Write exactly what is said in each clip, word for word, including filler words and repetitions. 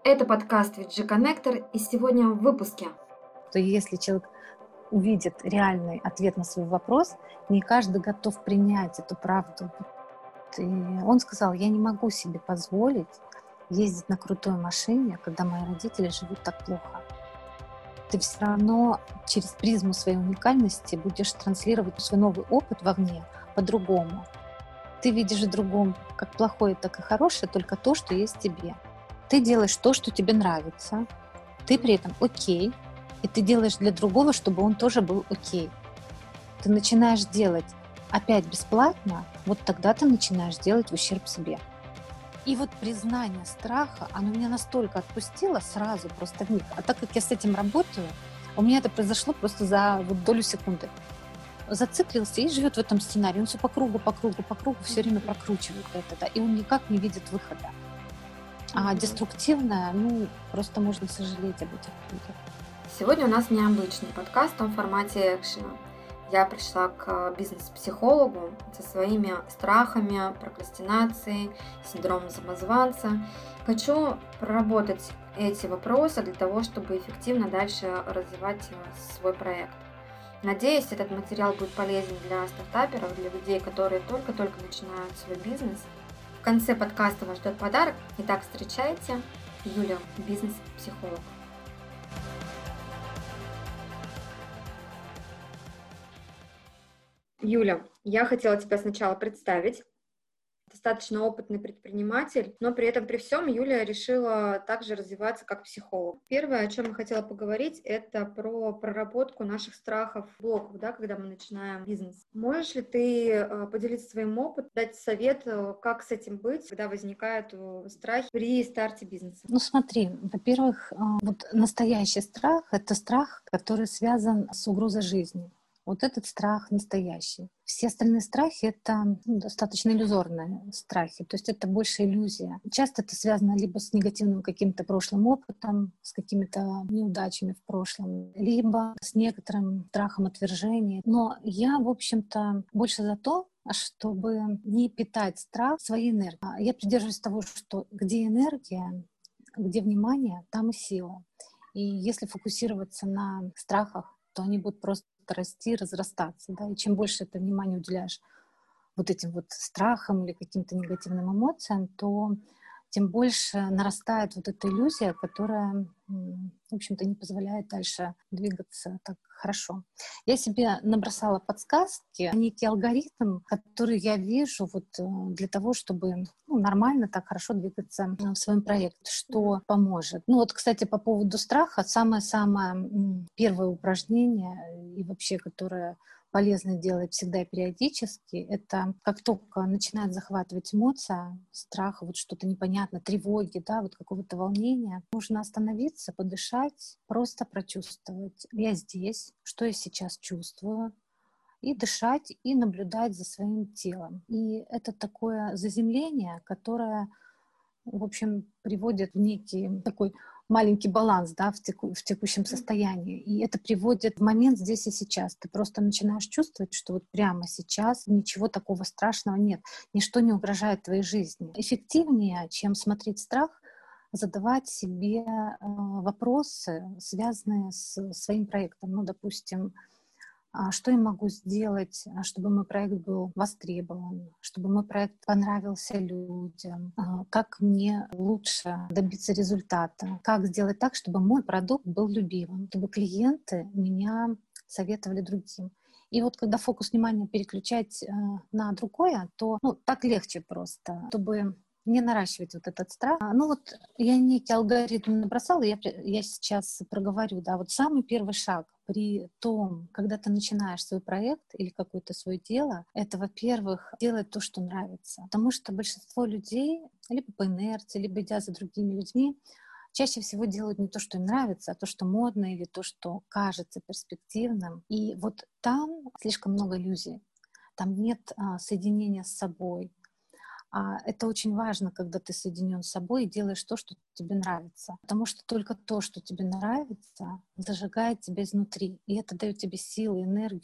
Это подкаст ви джи Connector, и сегодня в выпуске. То если человек увидит реальный ответ на свой вопрос, не каждый готов принять эту правду. И он сказал: я не могу себе позволить ездить на крутой машине, когда мои родители живут так плохо. Ты все равно через призму своей уникальности будешь транслировать свой новый опыт вовне по-другому. Ты видишь в другом как плохое, так и хорошее только то, что есть в тебе. Ты делаешь то, что тебе нравится, ты при этом окей, и ты делаешь для другого, чтобы он тоже был окей. Ты начинаешь делать опять бесплатно, вот тогда ты начинаешь делать в ущерб себе. И вот признание страха, оно меня настолько отпустило сразу, просто в миг. А так как я с этим работаю, у меня это произошло просто за вот долю секунды. Зациклился и живет в этом сценарии. Он все по кругу, по кругу, по кругу все время прокручивает это, да, и он никак не видит выхода. А деструктивное, ну, просто можно сожалеть об этих людях. Сегодня у нас необычный подкаст в том формате экшена. Я пришла к бизнес-психологу со своими страхами, прокрастинацией, синдромом самозванца. Хочу проработать эти вопросы для того, чтобы эффективно дальше развивать свой проект. Надеюсь, этот материал будет полезен для стартаперов, для людей, которые только-только начинают свой бизнес. В конце подкаста вас ждет подарок. Итак, встречайте Юля, бизнес-психолог. Юля, я хотела тебя сначала представить. Достаточно опытный предприниматель, но при этом при всем Юля решила также развиваться как психолог. Первое, о чем я хотела поговорить, это про проработку наших страхов, блоков, да, когда мы начинаем бизнес. Можешь ли ты поделиться своим опытом, дать совет, как с этим быть, когда возникают страхи при старте бизнеса? Ну смотри, во-первых, вот настоящий страх — это страх, который связан с угрозой жизни. Вот этот страх настоящий. Все остальные страхи — это ну, достаточно иллюзорные страхи, то есть это больше иллюзия. Часто это связано либо с негативным каким-то прошлым опытом, с какими-то неудачами в прошлом, либо с некоторым страхом отвержения. Но я, в общем-то, больше за то, чтобы не питать страх своей энергией. Я придерживаюсь того, что где энергия, где внимание, там и сила. И если фокусироваться на страхах, то они будут просто расти, разрастаться, да, и чем больше ты внимания уделяешь вот этим вот страхам или каким-то негативным эмоциям, то тем больше нарастает вот эта иллюзия, которая, в общем-то, не позволяет дальше двигаться так хорошо. Я себе набросала подсказки, некий алгоритм, который я вижу вот для того, чтобы ну, нормально так хорошо двигаться в своем проекте, что поможет. Ну вот, кстати, по поводу страха, самое-самое первое упражнение и вообще, которое полезно делать всегда и периодически, это как только начинает захватывать эмоция, страха, вот что-то непонятно, тревоги, да, вот какого-то волнения, нужно остановиться, подышать, просто прочувствовать. Я здесь, что я сейчас чувствую, и дышать, и наблюдать за своим телом. И это такое заземление, которое, в общем, приводит в некий такой маленький баланс, да, в, теку, в текущем состоянии. И это приводит в момент здесь и сейчас. Ты просто начинаешь чувствовать, что вот прямо сейчас ничего такого страшного нет. Ничто не угрожает твоей жизни. Эффективнее, чем смотреть страх, задавать себе э, вопросы, связанные с своим проектом. Ну, допустим, что я могу сделать, чтобы мой проект был востребован, чтобы мой проект понравился людям, как мне лучше добиться результата, как сделать так, чтобы мой продукт был любимым, чтобы клиенты меня советовали другим. И вот когда фокус внимания переключать на другое, то ну, так легче просто, чтобы не наращивать вот этот страх. Ну вот я некий алгоритм набросала, я, я сейчас проговорю, да, вот самый первый шаг при том, когда ты начинаешь свой проект или какое-то свое дело, это, во-первых, делать то, что нравится. Потому что большинство людей, либо по инерции, либо идя за другими людьми, чаще всего делают не то, что им нравится, а то, что модно или то, что кажется перспективным. И вот там слишком много иллюзий. Там нет а, соединения с собой. А это очень важно, когда ты соединен с собой и делаешь то, что тебе нравится. Потому что только то, что тебе нравится, зажигает тебя изнутри. И это дает тебе силы, энергию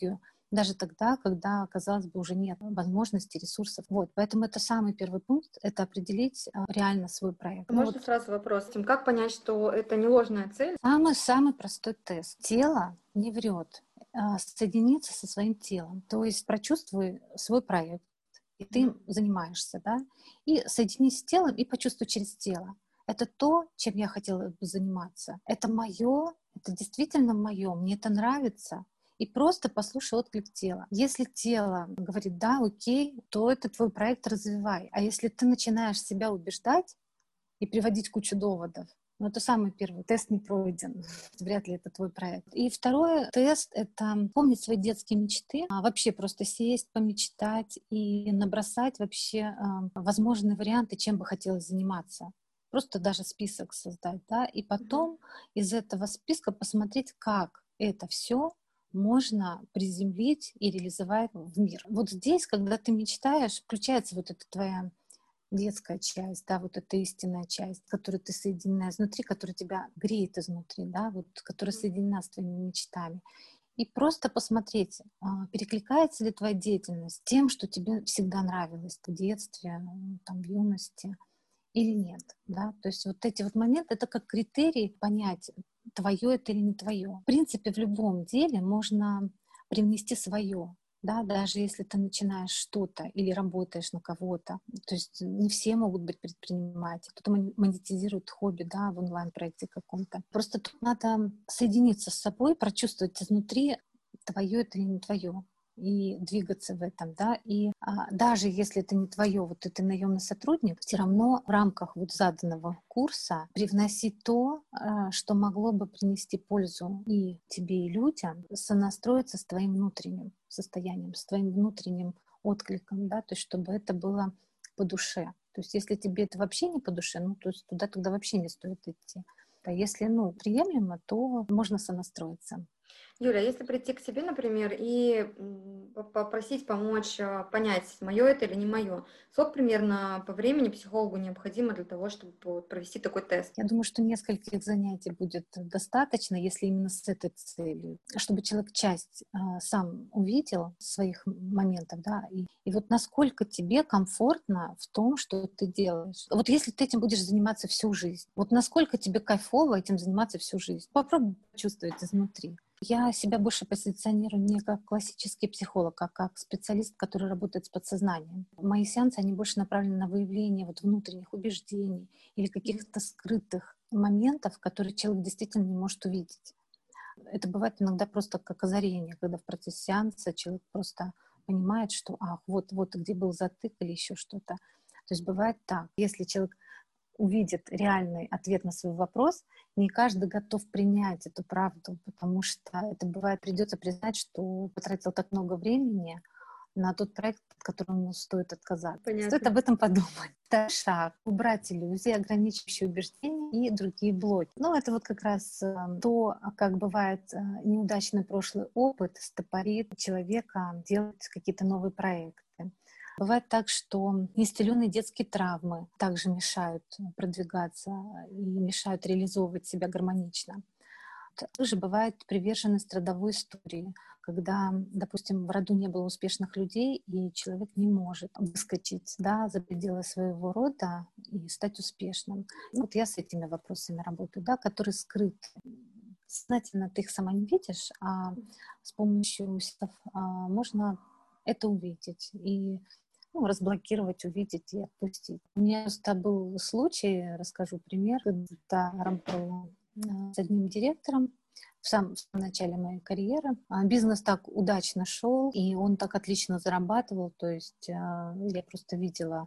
даже тогда, когда, казалось бы, уже нет возможностей, ресурсов. Вот, поэтому это самый первый пункт, это определить а, реально свой проект. Ну, Можно вот сразу вопрос, Тим, как понять, что это не ложная цель? самый-самый простой тест. Тело не врет. А, соединиться со своим телом. То есть прочувствуй свой проект, и ты им Мгм. занимаешься, да, и соединись с телом и почувствуй через тело. Это то, чем я хотела бы заниматься. Это мое, это действительно мое, мне это нравится. И просто послушай отклик тела. Если тело говорит «да, окей», то это твой проект, развивай. А если ты начинаешь себя убеждать и приводить кучу доводов, ну, это самый первый. Тест не пройден. Вряд ли это твой проект. И второй тест — это помнить свои детские мечты. А вообще просто сесть, помечтать и набросать вообще а, возможные варианты, чем бы хотелось заниматься. Просто даже список создать, да, и Мгм. потом из этого списка посмотреть, как это все можно приземлить и реализовать в мир. Вот здесь, когда ты мечтаешь, включается вот эта твоя детская часть, да, вот эта истинная часть, которую ты соединяешь изнутри, которая тебя греет изнутри, да, вот, которая соединена с твоими мечтами. И просто посмотреть, а, перекликается ли твоя деятельность с тем, что тебе всегда нравилось в детстве, м, там, в юности, или нет, да. То есть вот эти вот моменты — это как критерий понять, твое это или не твое. В принципе, в любом деле можно привнести свое, да, даже если ты начинаешь что-то или работаешь на кого-то. То есть не все могут быть предпринимателями. Кто-то мон- монетизирует хобби, да, в онлайн-проекте каком-то. Просто тут надо соединиться с собой, прочувствовать изнутри, твое это или не твое, и двигаться в этом, да, и а, даже если это не твое, вот ты наемный сотрудник, все равно в рамках вот заданного курса привносить то, а, что могло бы принести пользу и тебе, и людям, сонастроиться с твоим внутренним состоянием, с твоим внутренним откликом, да, то есть чтобы это было по душе. То есть если тебе это вообще не по душе, ну, то есть туда тогда вообще не стоит идти. А если, ну, приемлемо, то можно сонастроиться. Юля, если прийти к тебе, например, и м, по- попросить помочь а, понять, мое это или не мое, сколько примерно по времени психологу необходимо для того, чтобы вот провести такой тест? Я думаю, что нескольких занятий будет достаточно, если именно с этой целью, чтобы человек часть а, сам увидел своих моментов, да, и, и вот насколько тебе комфортно в том, что ты делаешь. Вот если ты этим будешь заниматься всю жизнь, вот насколько тебе кайфово этим заниматься всю жизнь. Попробуй почувствовать изнутри. Я себя больше позиционирую не как классический психолог, а как специалист, который работает с подсознанием. Мои сеансы, они больше направлены на выявление вот внутренних убеждений или Мгм. каких-то скрытых моментов, которые человек действительно не может увидеть. Это бывает иногда просто как озарение, когда в процессе сеанса человек просто понимает, что ах, вот, вот где был затык или еще что-то. То есть бывает так. Если человек увидит реальный ответ на свой вопрос, не каждый готов принять эту правду, потому что это бывает, придется признать, что потратил так много времени на тот проект, от которого ему стоит отказаться. Стоит Понятно. об этом подумать. Второй шаг — убрать иллюзии, ограничивающие убеждения и другие блоки. Ну, это вот как раз э, то, как бывает э, неудачный прошлый опыт стопорит человека делать какие-то новые проекты. Бывает так, что неисцеленные детские травмы также мешают продвигаться и мешают реализовывать себя гармонично. Также бывает приверженность родовой истории, когда, допустим, в роду не было успешных людей, и человек не может выскочить, да, за пределы своего рода и стать успешным. И вот я с этими вопросами работаю, да, которые скрыты. Сознательно ты их сама не видишь, а с помощью сайтов а, можно это увидеть и ну, разблокировать, увидеть и отпустить. У меня просто был случай, расскажу пример, когда работала а, с одним директором в самом, в самом начале моей карьеры. А, Бизнес так удачно шел, и он так отлично зарабатывал, то есть а, я просто видела,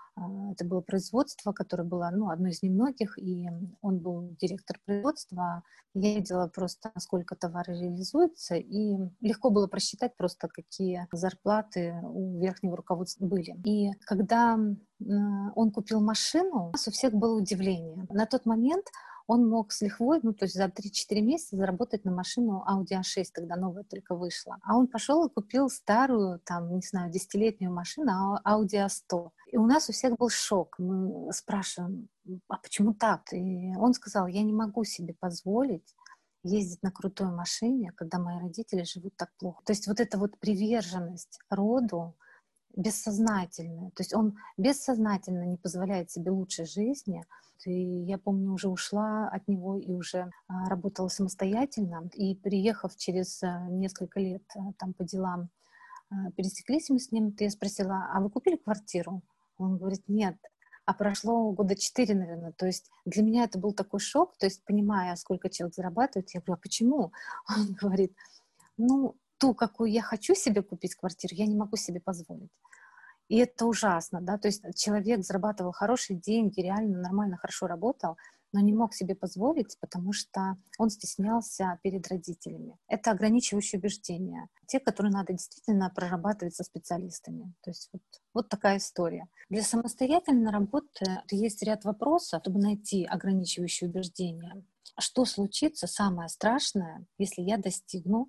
а, это было производство, которое было, ну, одно из немногих, и он был директор производства. Я видела просто, насколько товары реализуются, и легко было просчитать просто, какие зарплаты у верхнего руководства были. И когда м, он купил машину, у нас у всех было удивление. На тот момент он мог с лихвой, ну, то есть за три-четыре месяца заработать на машину Audi а шесть, тогда новая только вышла. А он пошел и купил старую, там, не знаю, десятилетнюю машину Audi а сто. И у нас у всех был шок. Мы спрашиваем, а почему так? И он сказал, я не могу себе позволить ездить на крутой машине, когда мои родители живут так плохо. То есть вот эта вот приверженность роду бессознательная. То есть он бессознательно не позволяет себе лучшей жизни. И я помню, уже ушла от него и уже а, работала самостоятельно. И приехав через а, несколько лет а, там по делам, а, пересеклись мы с ним, то я спросила: а вы купили квартиру? Он говорит: нет. А прошло года четыре, наверное. То есть для меня это был такой шок. То есть, понимая, сколько человек зарабатывает, я говорю: а почему? Он говорит: ну, ту, какую я хочу себе купить квартиру, я не могу себе позволить. И это ужасно, да, то есть человек зарабатывал хорошие деньги, реально нормально, хорошо работал, но не мог себе позволить, потому что он стеснялся перед родителями. Это ограничивающие убеждения, те, которые надо действительно прорабатывать со специалистами. То есть вот, вот такая история. Для самостоятельной работы есть ряд вопросов, чтобы найти ограничивающие убеждения. Что случится самое страшное, если я достигну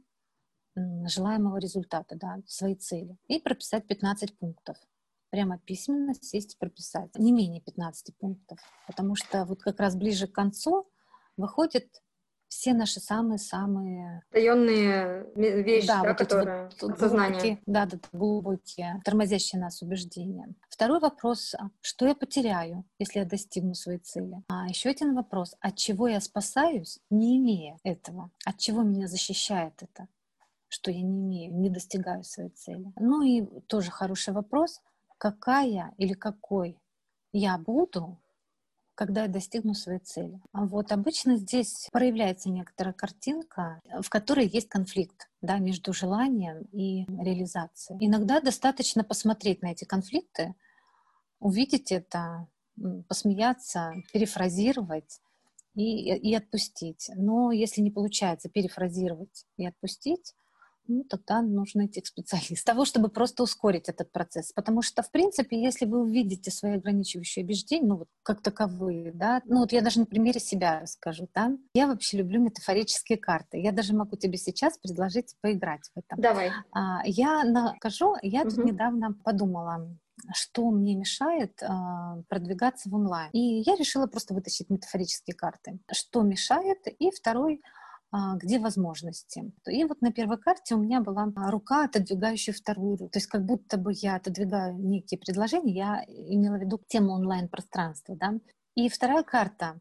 желаемого результата, да, своей цели? И прописать пятнадцать пунктов. Прямо письменно сесть и прописать. Не менее пятнадцати пунктов. Потому что вот как раз ближе к концу выходят все наши самые-самые... Таённые вещи, да, да, вот эти которые вот подсознание. глубокие, да, да, глубокие, тормозящие нас убеждения. Второй вопрос: что я потеряю, если я достигну своей цели? А еще один вопрос: от чего я спасаюсь, не имея этого? От чего меня защищает это, что я не имею, не достигаю своей цели? Ну и тоже хороший вопрос: какая или какой я буду, когда я достигну своей цели? А вот обычно здесь проявляется некоторая картинка, в которой есть конфликт, да, между желанием и реализацией. Иногда достаточно посмотреть на эти конфликты, увидеть это, посмеяться, перефразировать и, и отпустить. Но если не получается перефразировать и отпустить, ну, тогда нужно идти к специалисту. Того, чтобы просто ускорить этот процесс. Потому что, в принципе, если вы увидите свои ограничивающие убеждения, ну, вот как таковые, да, ну, вот я даже на примере себя расскажу, да. Я вообще люблю метафорические карты. Я даже могу тебе сейчас предложить поиграть в этом. Давай. А, я накажу, я тут Угу. недавно подумала, что мне мешает э, продвигаться в онлайн. И я решила просто вытащить метафорические карты. Что мешает? И второй: где возможности. И вот на первой карте у меня была рука, отодвигающая вторую руку. То есть как будто бы я отодвигаю некие предложения, я имела в виду тему онлайн-пространства. Да? И вторая карта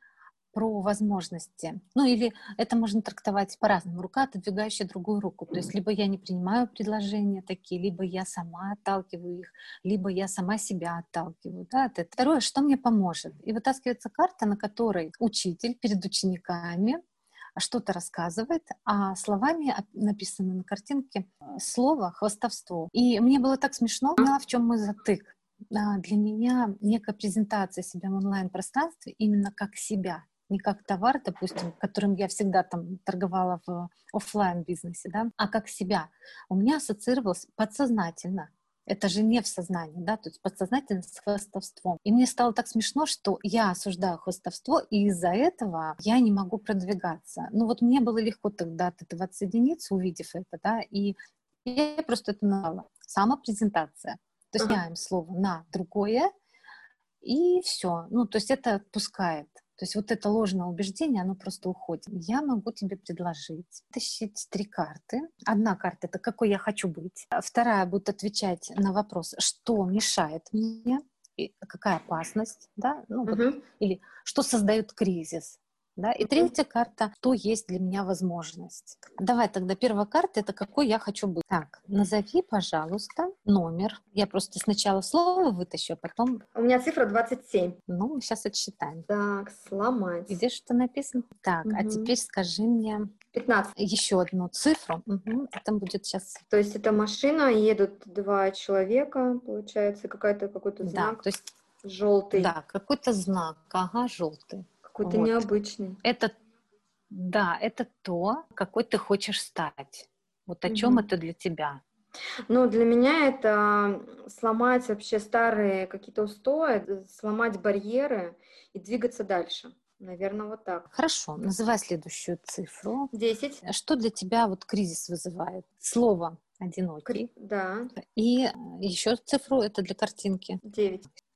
про возможности. Ну или это можно трактовать по-разному. Рука, отодвигающая другую руку. То есть либо я не принимаю предложения такие, либо я сама отталкиваю их, либо я сама себя отталкиваю. Да? Это второе: что мне поможет. И вытаскивается карта, на которой учитель перед учениками что-то рассказывает, а словами написано на картинке слово «хвастовство». И мне было так смешно, поняла, в чем мой затык. Для меня некая презентация себя в онлайн-пространстве именно как себя, не как товар, допустим, которым я всегда там торговала в офлайн-бизнесе, да, а как себя. У меня ассоциировалось подсознательно. Это же не в сознании, да, то есть подсознательно с хвастовством. И мне стало так смешно, что я осуждаю хвастовство, и из-за этого я не могу продвигаться. Ну вот мне было легко тогда от этого отсоединиться, увидев это, да, и я просто это назвала самопрезентация. То есть меняем слово на другое, и все. Ну, то есть это отпускает. То есть вот это ложное убеждение, оно просто уходит. Я могу тебе предложить тащить три карты. Одна карта — это какой я хочу быть. Вторая будет отвечать на вопрос, что мешает мне, и какая опасность, да, ну, вот, Угу. или что создает кризис. Да? И третья карта — что есть для меня возможность. Давай тогда первая карта — это какой я хочу быть. Так, назови, пожалуйста, номер. Я просто сначала слово вытащу, а потом... У меня цифра двадцать семь. Ну, мы сейчас отсчитаем. Так, сломать. Где что написано? Так, Угу. а теперь скажи мне пятнадцать. еще одну цифру. Угу. Это будет сейчас... То есть это машина, едут два человека, получается, какая-то, какой-то знак, да, то есть, желтый. Да, какой-то знак, ага, желтый. Какой-то вот. необычный. Это, да, это то, какой ты хочешь стать. Вот о Угу. чем это для тебя? Ну, для меня это сломать вообще старые какие-то устои, сломать барьеры и двигаться дальше. Наверное, вот так. Хорошо, называй следующую цифру. Десять. Что для тебя вот кризис вызывает? Слово «одинокий». Да. И еще цифру, это для картинки. Девять.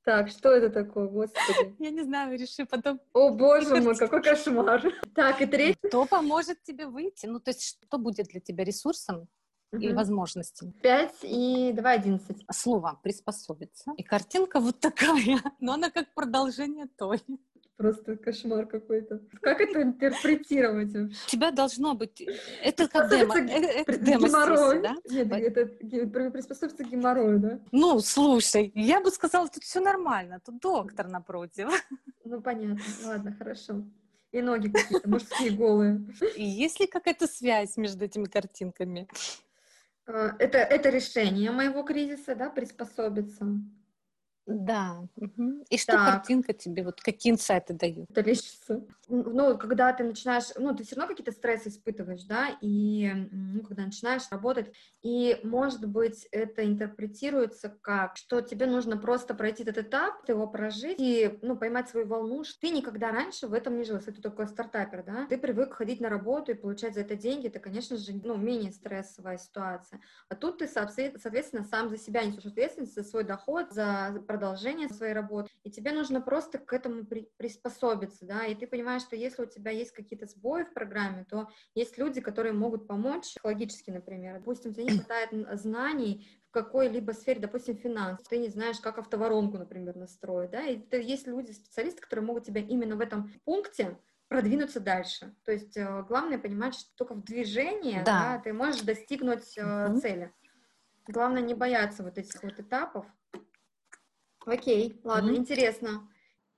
Так, что это такое, господи? Я не знаю, реши потом. О, боже мой, какой кошмар. Так, и третий. Кто поможет тебе выйти? Ну, то есть что будет для тебя ресурсом и Мгм. возможностями? Пять и давай одиннадцать. Слово «приспособиться». И картинка вот такая, но она как продолжение той. Просто кошмар какой-то. Как это интерпретировать вообще? У тебя должно быть... Это как демо, Приспособиться э, к это демо-сессия, геморрою. да? Нет, По- это ге- при- приспособиться к геморрою, да? Ну, слушай, я бы сказала, тут все нормально, тут доктор напротив. Ну, понятно. Ладно, хорошо. И ноги какие-то мужские голые. И есть ли какая-то связь между этими картинками? А, Это, это решение моего кризиса, да, приспособиться. Да. Мгм. И что Так, картинка тебе, вот какие инсайты дает? это лечится. Ну, когда ты начинаешь, ну, ты все равно какие-то стрессы испытываешь, да, и, м, ну, когда начинаешь работать, и, может быть, это интерпретируется как, что тебе нужно просто пройти этот этап, его прожить и, ну, поймать свою волну, что ты никогда раньше в этом не жил, если ты такой стартапер, да, ты привык ходить на работу и получать за это деньги, это, конечно же, ну, менее стрессовая ситуация, а тут ты, соотве- соответственно, сам за себя несешь ответственность, за свой доход, за продолжение своей работы, и тебе нужно просто к этому при- приспособиться, да, и ты понимаешь, что если у тебя есть какие-то сбои в программе, то есть люди, которые могут помочь психологически, например. Допустим, тебе не хватает н- знаний в какой-либо сфере, допустим, финанс, ты не знаешь, как автоворонку, например, настроить, да, и это есть люди, специалисты, которые могут тебя именно в этом пункте продвинуться дальше. То есть э, главное понимать, что только в движении, да, Да. ты можешь достигнуть э, Мгм. цели. Главное не бояться вот этих вот этапов. Окей, ладно, Мгм. интересно.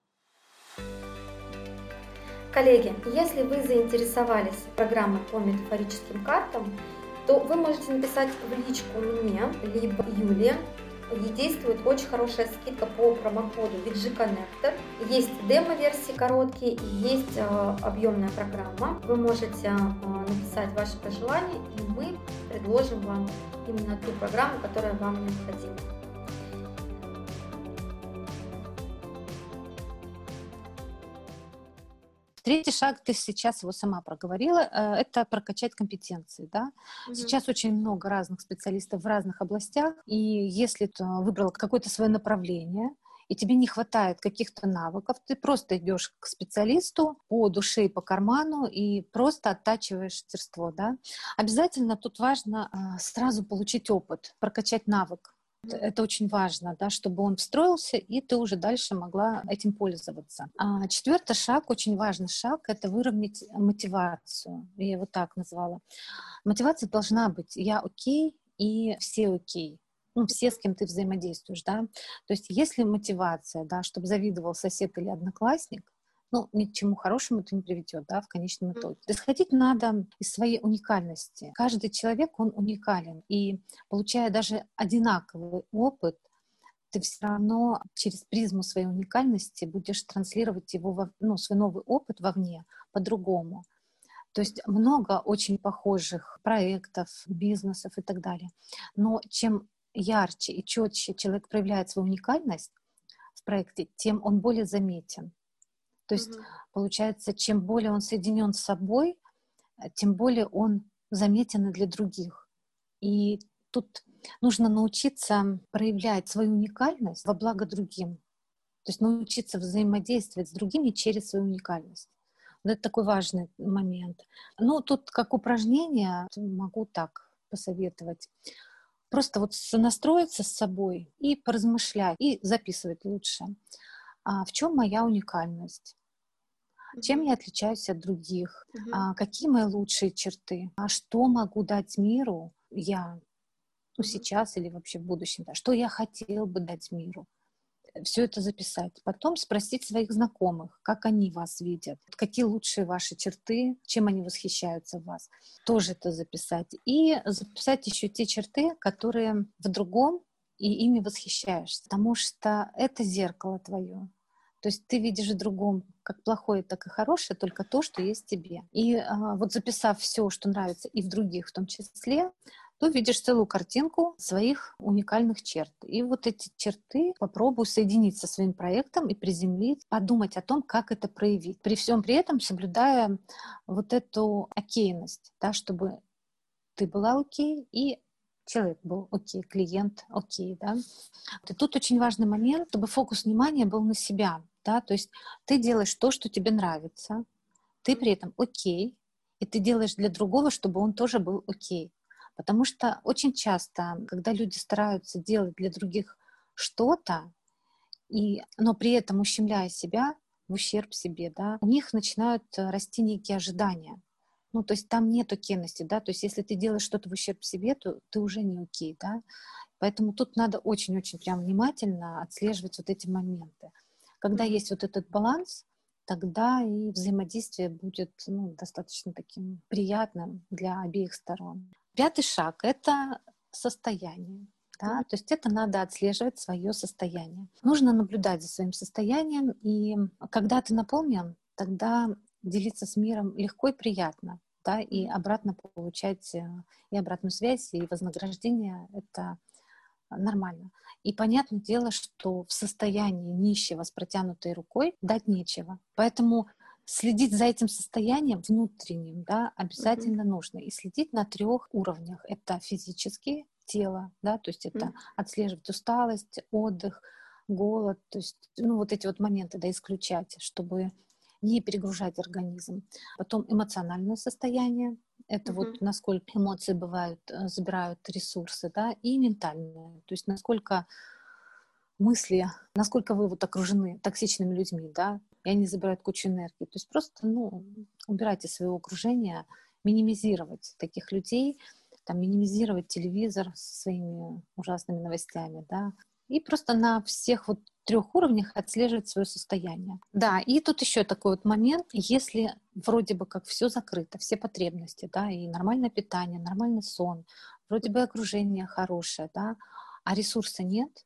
Коллеги, если вы заинтересовались программой по метафорическим картам, то вы можете написать в личку мне, либо Юле. И действует очень хорошая скидка по промокоду ви джи Connector. Есть демо-версии короткие и есть э, объемная программа. Вы можете э, написать ваши пожелания, и мы предложим вам именно ту программу, которая вам необходима. Третий шаг, ты сейчас его сама проговорила, э, это прокачать компетенции, да. Мгм. Сейчас очень много разных специалистов в разных областях, и если ты выбрала какое-то свое направление, и тебе не хватает каких-то навыков, ты просто идешь к специалисту по душе и по карману и просто оттачиваешь мастерство, да. Обязательно тут важно а, сразу получить опыт, прокачать навык. Это очень важно, да, чтобы он встроился, и ты уже дальше могла этим пользоваться. А четвертый шаг, очень важный шаг, это выровнять мотивацию. Я его так назвала. Мотивация должна быть «я окей» и «все окей». Ну, все, с кем ты взаимодействуешь, да. То есть если мотивация, да, чтобы завидовал сосед или одноклассник, ну, ни к чему хорошему это не приведет, да, в конечном итоге. Исходить надо из своей уникальности. Каждый человек, он уникален. И получая даже одинаковый опыт, ты все равно через призму своей уникальности будешь транслировать его, во, ну, свой новый опыт вовне по-другому. То есть много очень похожих проектов, бизнесов и так далее. Но чем ярче и четче человек проявляет свою уникальность в проекте, тем он более заметен. То есть, Мгм. получается, чем более он соединен с собой, э, тем более он заметен и для других. И тут нужно научиться проявлять свою уникальность во благо другим. То есть научиться взаимодействовать с другими через свою уникальность. Вот это такой важный момент. Ну, тут как упражнение могу так посоветовать. Просто вот настроиться с собой и поразмышлять, и записывать лучше. А в чем моя уникальность? Чем Мгм. я отличаюсь от других? Мгм. А, какие мои лучшие черты? А что могу дать миру я, ну, Мгм. сейчас или вообще в будущем? Да? Что я хотел бы дать миру? Все это записать. Потом спросить своих знакомых, как они вас видят, какие лучшие ваши черты, чем они восхищаются в вас. Тоже это записать. И записать еще те черты, которые в другом, и ими восхищаешься. Потому что это зеркало твое. То есть ты видишь в другом как плохое, так и хорошее, только то, что есть в тебе. И а, вот записав все, что нравится, и в других в том числе, то видишь целую картинку своих уникальных черт. И вот эти черты попробуй соединить со своим проектом и приземлить, подумать о том, как это проявить. При всем при этом соблюдая вот эту окейность, да, чтобы ты была окей, и человек был окей, клиент окей, да. И тут очень важный момент, чтобы фокус внимания был на себя, да, то есть ты делаешь то, что тебе нравится, ты при этом окей, и ты делаешь для другого, чтобы он тоже был окей. Потому что очень часто, когда люди стараются делать для других что-то, и, но при этом ущемляя себя, в ущерб себе, да, у них начинают э, расти некие ожидания. Ну, то есть там нет окейности, да, то есть если ты делаешь что-то в ущерб себе, то ты уже не окей, да. Поэтому тут надо очень-очень прям внимательно отслеживать вот эти моменты. Когда Мгм. есть вот этот баланс, тогда и взаимодействие будет, ну, достаточно таким приятным для обеих сторон. Пятый шаг — это состояние. Да? Мгм. То есть это надо отслеживать свое состояние. Нужно наблюдать за своим состоянием, и когда ты наполнен, тогда делиться с миром легко и приятно, да, и Мгм. обратно получать э, и обратную связь, и вознаграждение — это нормально. И понятное дело, что в состоянии нищего с протянутой рукой дать нечего. Поэтому следить за этим состоянием внутренним, да, Мгм. обязательно нужно. И следить на трех уровнях. Это физически, тело, да, то есть это Мгм. отслеживать усталость, отдых, голод, то есть, ну, вот эти вот моменты, да, исключать, чтобы не перегружать организм. Потом эмоциональное состояние, это вот Мгм. насколько эмоции бывают, э, забирают ресурсы, да, и ментальное, то есть насколько мысли, насколько вы вот окружены токсичными людьми, да, и они забирают кучу энергии. То есть просто, ну, убирайте своего окружения, минимизировать таких людей, там, минимизировать телевизор со своими ужасными новостями, да, и просто на всех вот трех уровнях отслеживать свое состояние. Да, и тут еще такой вот момент, если вроде бы как все закрыто, все потребности, да, и нормальное питание, нормальный сон, вроде бы окружение хорошее, да, а ресурса нет,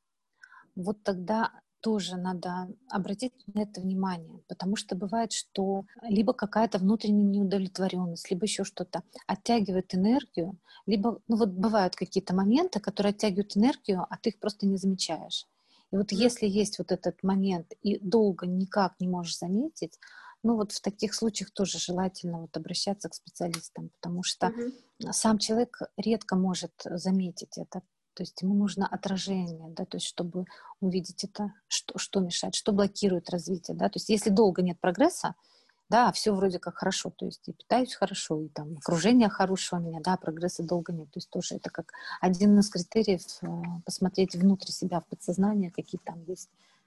вот тогда тоже надо обратить на это внимание, потому что бывает, что либо какая-то внутренняя неудовлетворенность, либо еще что-то оттягивает энергию, либо, ну вот бывают какие-то моменты, которые оттягивают энергию, а ты их просто не замечаешь. И вот Мгм. если есть вот этот момент и долго никак не можешь заметить, ну вот в таких случаях тоже желательно вот обращаться к специалистам, потому что Мгм. сам человек редко может заметить это. То есть ему нужно отражение, да, то есть чтобы увидеть это, что, что мешает, что блокирует развитие, да. То есть если долго нет прогресса, да, все вроде как хорошо, то есть и питаюсь хорошо, и там окружение хорошее у меня, да, прогресса долго нет. То есть тоже это как один из критериев э, посмотреть внутрь себя, в подсознание, какие там есть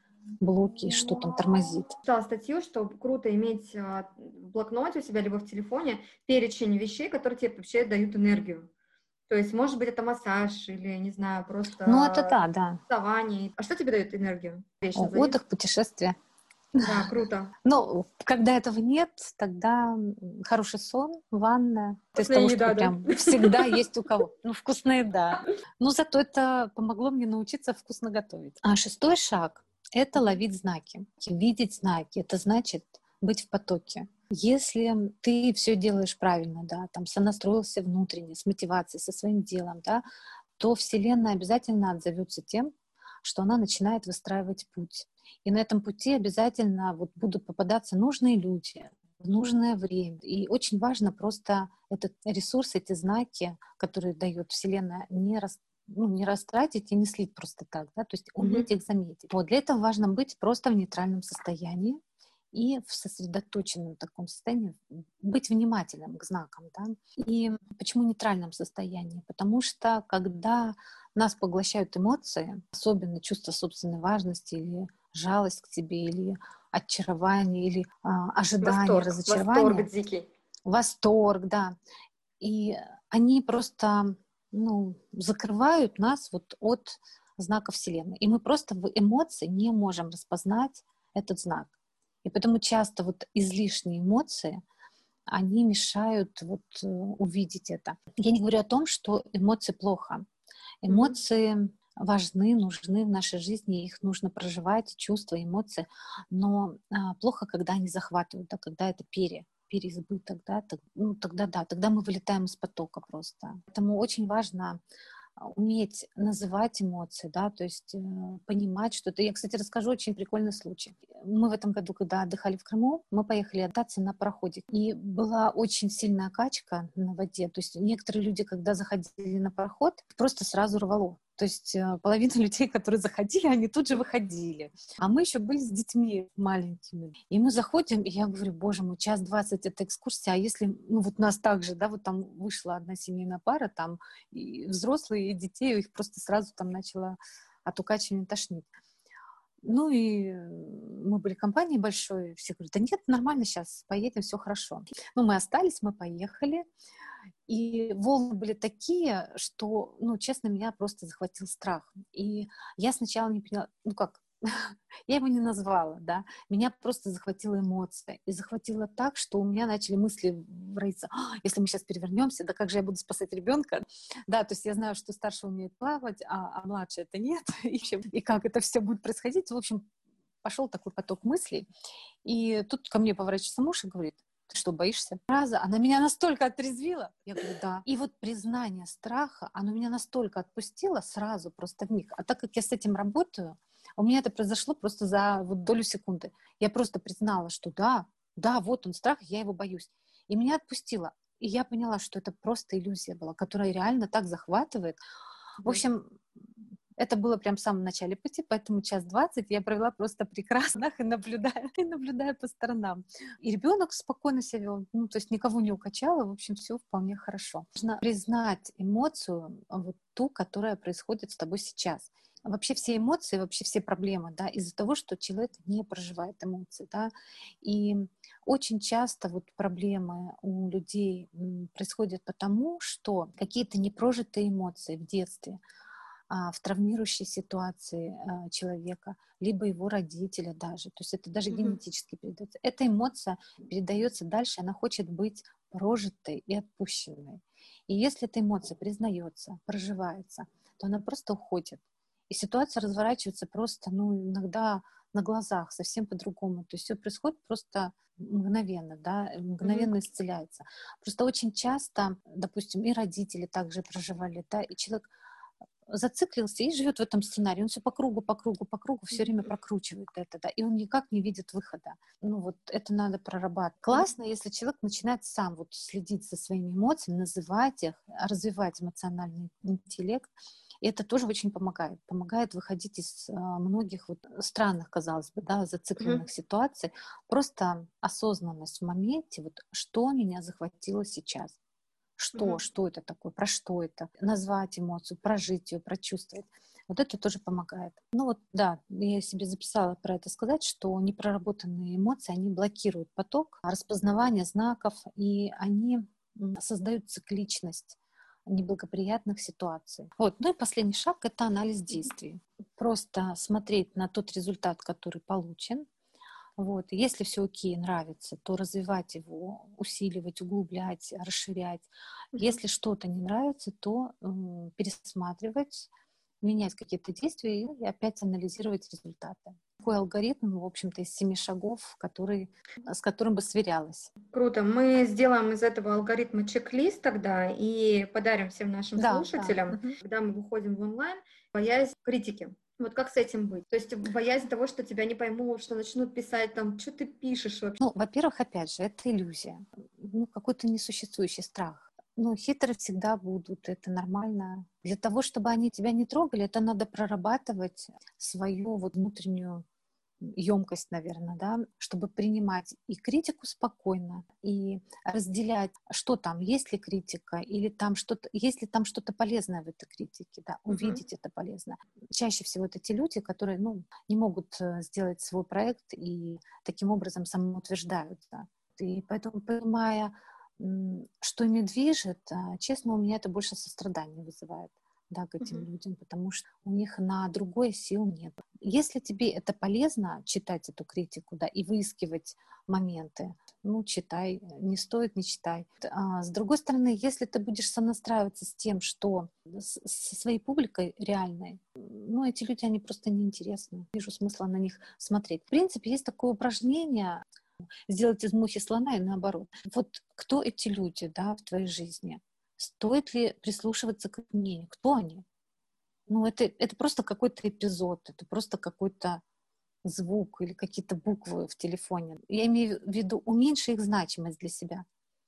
блоки, что там тормозит. Читала статью, что круто иметь а, в блокноте у себя либо в телефоне перечень вещей, которые тебе вообще дают энергию. То есть, может быть, это массаж или, не знаю, Ну, это просто да, да. рисование. А что тебе дает энергию? Вещь назови. Отдых, путешествие. Да, круто. Ну, когда этого нет, тогда м, хороший сон, ванная. То есть Вкусная того, что еда, да? прям всегда есть у кого. Ну, вкусная еда. Но зато это помогло мне научиться вкусно готовить. А шестой шаг — это Мгм. ловить знаки. Видеть знаки — это значит быть в потоке. Если ты все делаешь правильно, да, там сонастроился внутренне, с мотивацией, со своим делом, да, то Вселенная обязательно отзовется тем, что она начинает выстраивать путь. И на этом пути обязательно вот будут попадаться нужные люди в нужное время. И очень важно просто этот ресурс, эти знаки, которые дает Вселенная, не рас ну, не растратить и не слить просто так, да, то есть Мгм. уметь их заметить. Вот для этого важно быть просто в нейтральном состоянии и в сосредоточенном таком состоянии, быть внимательным к знакам, да. И почему в нейтральном состоянии? Потому что когда нас поглощают эмоции, особенно чувство собственной важности или жалость к себе, или очарование, или а, ожидание, Восторг. Восторг разочарование, дикий. восторг, да. И они просто, ну, закрывают нас вот от знака Вселенной. И мы просто в эмоции не можем распознать этот знак. И поэтому часто вот излишние эмоции, они мешают вот э, увидеть это. Я не говорю о том, что эмоции плохо. Мгм. Эмоции важны, нужны в нашей жизни, их нужно проживать, чувства, эмоции, но а, плохо, когда они захватывают, да, когда это пере, переизбыток, да, так- ну, тогда да, тогда мы вылетаем из потока просто. Поэтому очень важно уметь называть эмоции, да, то есть э, понимать что-то. Я, кстати, расскажу очень прикольный случай. Мы в этом году, когда отдыхали в Крыму, мы поехали кататься на пароходе. И была очень сильная качка на воде. То есть некоторые люди, когда заходили на пароход, просто сразу рвало. То есть э, половина людей, которые заходили, они тут же выходили. А мы еще были с детьми маленькими. И мы заходим, и я говорю, боже мой, час двадцать это экскурсия, а если, ну вот нас так же, да, вот там вышла одна семейная пара, там и взрослые, и детей, их просто сразу там начало от укачивания тошнить. Ну и мы были компанией большой, все говорят, да нет, нормально сейчас, поедем, все хорошо. Ну мы остались, мы поехали, и волны были такие, что, ну, честно, меня просто захватил страх. И я сначала не поняла, ну как, я его не назвала, да, меня просто захватила эмоция. И захватила так, что у меня начали мысли роиться, «А, если мы сейчас перевернемся, да как же я буду спасать ребенка?» Да, то есть я знаю, что старший умеет плавать, а, а младший это нет. И, и как это все будет происходить. В общем, пошел такой поток мыслей. И тут ко мне поворачивается муж и говорит, ты что, боишься? Фраза, она меня настолько отрезвила. Я говорю, да. И вот признание страха, оно меня настолько отпустило сразу, просто в миг. А так как я с этим работаю, у меня это произошло просто за вот долю секунды. Я просто признала, что да, да, вот он страх, я его боюсь. И меня отпустило. И я поняла, что это просто иллюзия была, которая реально так захватывает. В общем, это было прям в самом начале пути, поэтому час двадцать я провела просто прекрасно и наблюдая, и наблюдая по сторонам. И ребенок спокойно себя вел, ну, то есть никого не укачало, в общем, все вполне хорошо. Нужно признать эмоцию, вот ту, которая происходит с тобой сейчас. Вообще все эмоции, вообще все проблемы, да, из-за того, что человек не проживает эмоции, да, и очень часто вот проблемы у людей происходят потому, что какие-то непрожитые эмоции в детстве, в травмирующей ситуации человека, либо его родителя даже. То есть это даже Мгм. генетически передается. Эта эмоция передается дальше, она хочет быть прожитой и отпущенной. И если эта эмоция признается, проживается, то она просто уходит. И ситуация разворачивается просто, ну, иногда на глазах, совсем по-другому. То есть все происходит просто мгновенно, да, мгновенно Мгм. исцеляется. Просто очень часто, допустим, и родители также проживали, да, и человек зациклился и живет в этом сценарии. Он все по кругу, по кругу, по кругу все время прокручивает это, да, и он никак не видит выхода. Ну вот это надо прорабатывать. Классно, если человек начинает сам вот следить за своими эмоциями, называть их, развивать эмоциональный интеллект. И это тоже очень помогает. Помогает выходить из а, многих вот странных, казалось бы, да, зацикленных Мгм. ситуаций. Просто осознанность в моменте, вот что меня захватило сейчас. Что, Мгм. что это такое, про что это, назвать эмоцию, прожить ее, прочувствовать. Вот это тоже помогает. Ну вот, да, я себе записала про это сказать, что непроработанные эмоции, они блокируют поток распознавания знаков, и они м, создают цикличность неблагоприятных ситуаций. Вот. Ну и последний шаг — это анализ действий. Просто смотреть на тот результат, который получен. Вот. Если все окей, нравится, то развивать его, усиливать, углублять, расширять. Мгм. Если что-то не нравится, то м, пересматривать, менять какие-то действия и опять анализировать результаты. Такой алгоритм, в общем-то, из семи шагов, который, с которым бы сверялась. Круто. Мы сделаем из этого алгоритма чек-лист тогда и подарим всем нашим Да, да. слушателям, Мгм. когда мы выходим в онлайн, боязнь критики. Вот как с этим быть? То есть боязнь того, что тебя не поймут, что начнут писать там, что ты пишешь вообще. Ну, во-первых, опять же, это иллюзия, ну, какой-то несуществующий страх. Ну, хитрые всегда будут, это нормально. Для того, чтобы они тебя не трогали, это надо прорабатывать свою вот внутреннюю емкость, наверное, да, чтобы принимать и критику спокойно, и разделять, что там, есть ли критика, или там что-то, есть ли там что-то полезное в этой критике, да, Мгм. увидеть это полезно. Чаще всего это те люди, которые, ну, не могут э, сделать свой проект и таким образом самоутверждаются. И поэтому, понимая, м, что ими движет, а, честно, у меня это больше сострадание вызывает, да, к этим Мгм. людям, потому что у них на другое сил нет. Если тебе это полезно, читать эту критику, да, и выискивать моменты, ну, читай, не стоит, не читай. А с другой стороны, если ты будешь сонастраиваться с тем, что с- со своей публикой реальной, ну, эти люди, они просто неинтересны. Не вижу смысла на них смотреть. В принципе, есть такое упражнение сделать из мухи слона и наоборот. Вот кто эти люди, да, в твоей жизни? Стоит ли прислушиваться к их мнению? Кто они? Ну, это, это просто какой-то эпизод, это просто какой-то звук или какие-то буквы в телефоне. Я имею в виду, уменьши их значимость для себя.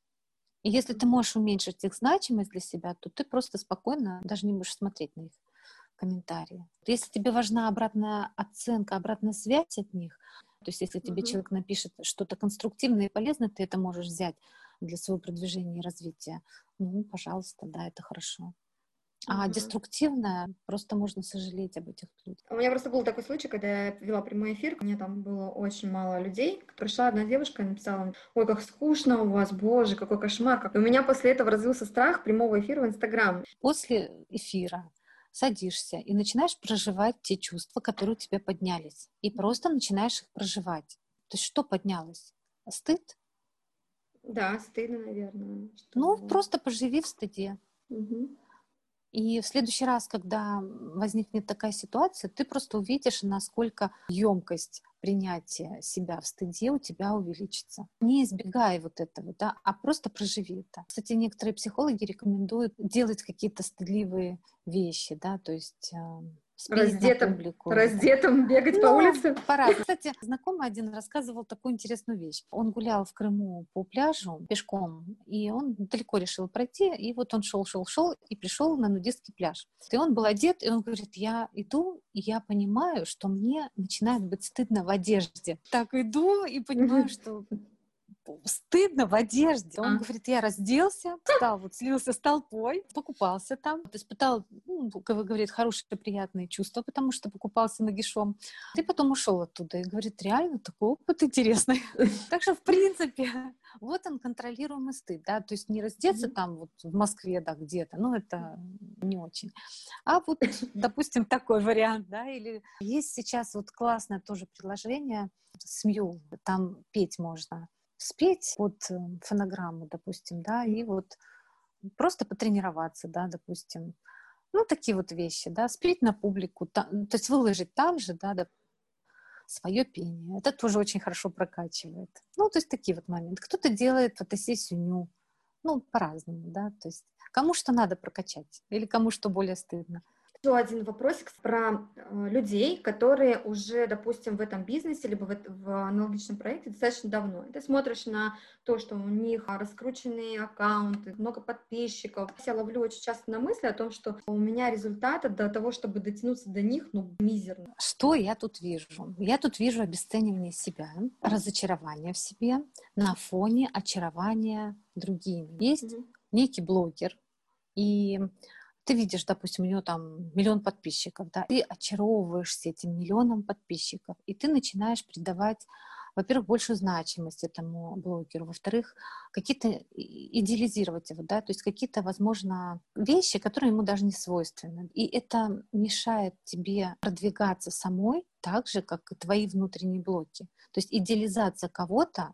И если ты можешь уменьшить их значимость для себя, то ты просто спокойно даже не будешь смотреть на их комментарии. Если тебе важна обратная оценка, обратная связь от них, то есть если тебе Мгм. человек напишет что-то конструктивное и полезное, ты это можешь взять для своего продвижения и развития, ну, пожалуйста, да, это хорошо. А Мгм. деструктивное, просто можно сожалеть об этих людях. У меня просто был такой случай, когда я вела прямой эфир, у меня там было очень мало людей. Пришла одна девушка и написала: ой, как скучно у вас, боже, какой кошмар. Как... И у меня после этого развился страх прямого эфира в Инстаграм. После эфира садишься и начинаешь проживать те чувства, которые у тебя поднялись. И просто начинаешь их проживать. То есть что поднялось? Стыд? Да, стыдно, наверное, Ну, что... просто поживи в стыде. Мгм. И в следующий раз, когда возникнет такая ситуация, ты просто увидишь, насколько емкость принятия себя в стыде у тебя увеличится. Не избегай вот этого, да, а просто проживи это. Кстати, некоторые психологи рекомендуют делать какие-то стыдливые вещи, да, то есть э, спеть на Раздетым, публику. раздетым бегать по Ну, улице. по-разному. Кстати, знакомый один рассказывал такую интересную вещь. Он гулял в Крыму по пляжу пешком, и он далеко решил пройти, и вот он шел, шел, шел, и пришел на нудистский пляж. И он был одет, и он говорит: я иду, и я понимаю, что мне начинает быть стыдно в одежде. Так иду и понимаю, что стыдно в одежде. Он А, говорит: я разделся, встал, вот слился с толпой, покупался там, испытал, ну, как вы говорит, хорошие, приятные чувства, потому что покупался нагишом. И потом ушел оттуда. И говорит: реально такой опыт интересный. Так что, в принципе, вот он, контролируемый стыд, да, то есть не раздеться там вот в Москве, да, где-то, ну, это не очень. А вот, допустим, такой вариант, да, или есть сейчас вот классное тоже приложение Смью, там петь можно. Спеть под э, фонограмму, допустим, да, и вот просто потренироваться, да, допустим. Ну, такие вот вещи, да, спеть на публику, та- то есть выложить там же, да, да, свое пение. Это тоже очень хорошо прокачивает. Ну, то есть такие вот моменты. Кто-то делает фотосессию ню, ну, по-разному, да, то есть кому что надо прокачать или кому что более стыдно. еще один вопросик про э, людей, которые уже, допустим, в этом бизнесе, либо в, эт- в аналогичном проекте достаточно давно. И ты смотришь на то, что у них а, раскрученные аккаунты, много подписчиков. Я ловлю очень часто на мысли о том, что у меня результаты до того, чтобы дотянуться до них, ну, мизерно. Что я тут вижу? Я тут вижу обесценивание себя, разочарование в себе на фоне очарования другими. Есть Мгм. некий блогер, и ты видишь, допустим, у него там миллион подписчиков, да, ты очаровываешься этим миллионом подписчиков, и ты начинаешь придавать, во-первых, большую значимость этому блогеру, во-вторых, какие-то и- идеализировать его, да, то есть какие-то, возможно, вещи, которые ему даже не свойственны. И это мешает тебе продвигаться самой так же, как и твои внутренние блоки. То есть идеализация кого-то,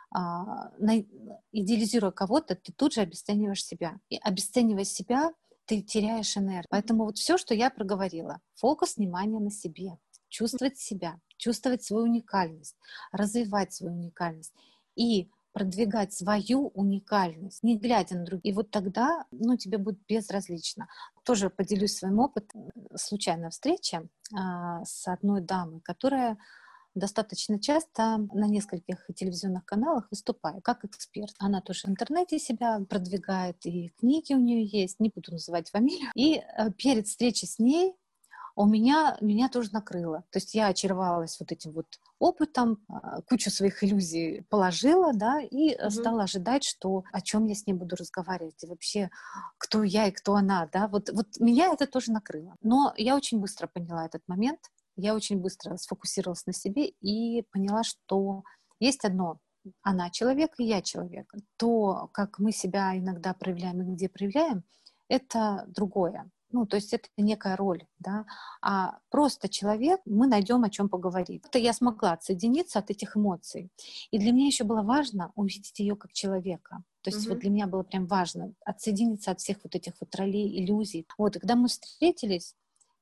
а, на- идеализируя кого-то, ты тут же обесцениваешь себя. И обесценивая себя, ты теряешь энергию. Поэтому вот все, что я проговорила, фокус внимания на себе, чувствовать себя, чувствовать свою уникальность, развивать свою уникальность и продвигать свою уникальность, не глядя на других. И вот тогда, ну, тебе будет безразлично. Тоже поделюсь своим опытом. Случайная встреча а, с одной дамой, которая достаточно часто на нескольких телевизионных каналах выступает как эксперт. Она тоже в интернете себя продвигает, и книги у нее есть, не буду называть фамилию. И э, перед встречей с ней у меня, меня тоже накрыло. То есть я очаровалась вот этим вот опытом, а, кучу своих иллюзий положила, да, и э, Мгм. стала ожидать, что о чем я с ней буду разговаривать, и вообще, кто я и кто она, да, вот, вот меня это тоже накрыло. Но я очень быстро поняла этот момент, я очень быстро сфокусировалась на себе и поняла, что есть одно: она человек, и я человек. То, как мы себя иногда проявляем и где проявляем, это другое. Ну, то есть это некая роль, да. А просто человек, мы найдем о чем поговорить. Это я смогла отсоединиться от этих эмоций. И для меня еще было важно увидеть ее как человека. То есть вот Мгм. для меня было прям важно отсоединиться от всех вот этих вот ролей, иллюзий. Вот, и когда мы встретились,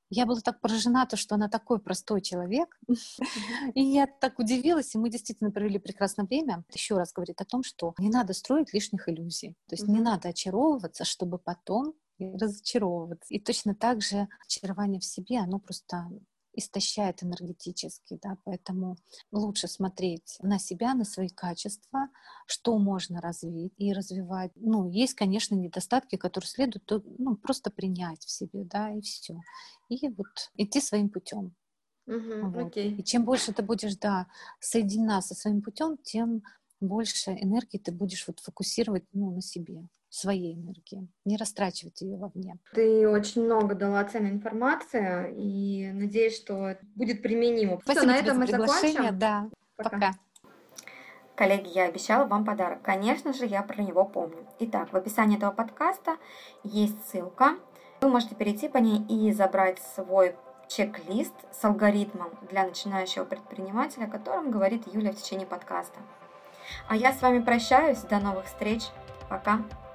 Я была так поражена, то, что она такой простой человек. И я так удивилась, и мы действительно провели прекрасное время. Еще раз говорит о том, что не надо строить лишних иллюзий. То есть не надо очаровываться, чтобы потом разочаровываться. И точно так же очарование в себе, оно просто истощает энергетически, да, поэтому лучше смотреть на себя, на свои качества, что можно развить и развивать. Ну, есть, конечно, недостатки, которые следует, ну, просто принять в себе, да, и все. И вот идти своим путем. Угу, Вот. окей. И чем больше ты будешь, да, соединена со своим путем, тем больше энергии ты будешь вот фокусировать, ну, на себе, своей энергии, не растрачивать ее вовне. Ты очень много дала ценной информации, и надеюсь, что это будет применимо. Спасибо Что, на тебе этом за мы приглашение, закончим? да. Пока. Пока. Коллеги, я обещала вам подарок. Конечно же, я про него помню. Итак, в описании этого подкаста есть ссылка. Вы можете перейти по ней и забрать свой чек-лист с алгоритмом для начинающего предпринимателя, о котором говорит Юля в течение подкаста. А я с вами прощаюсь. До новых встреч. Пока.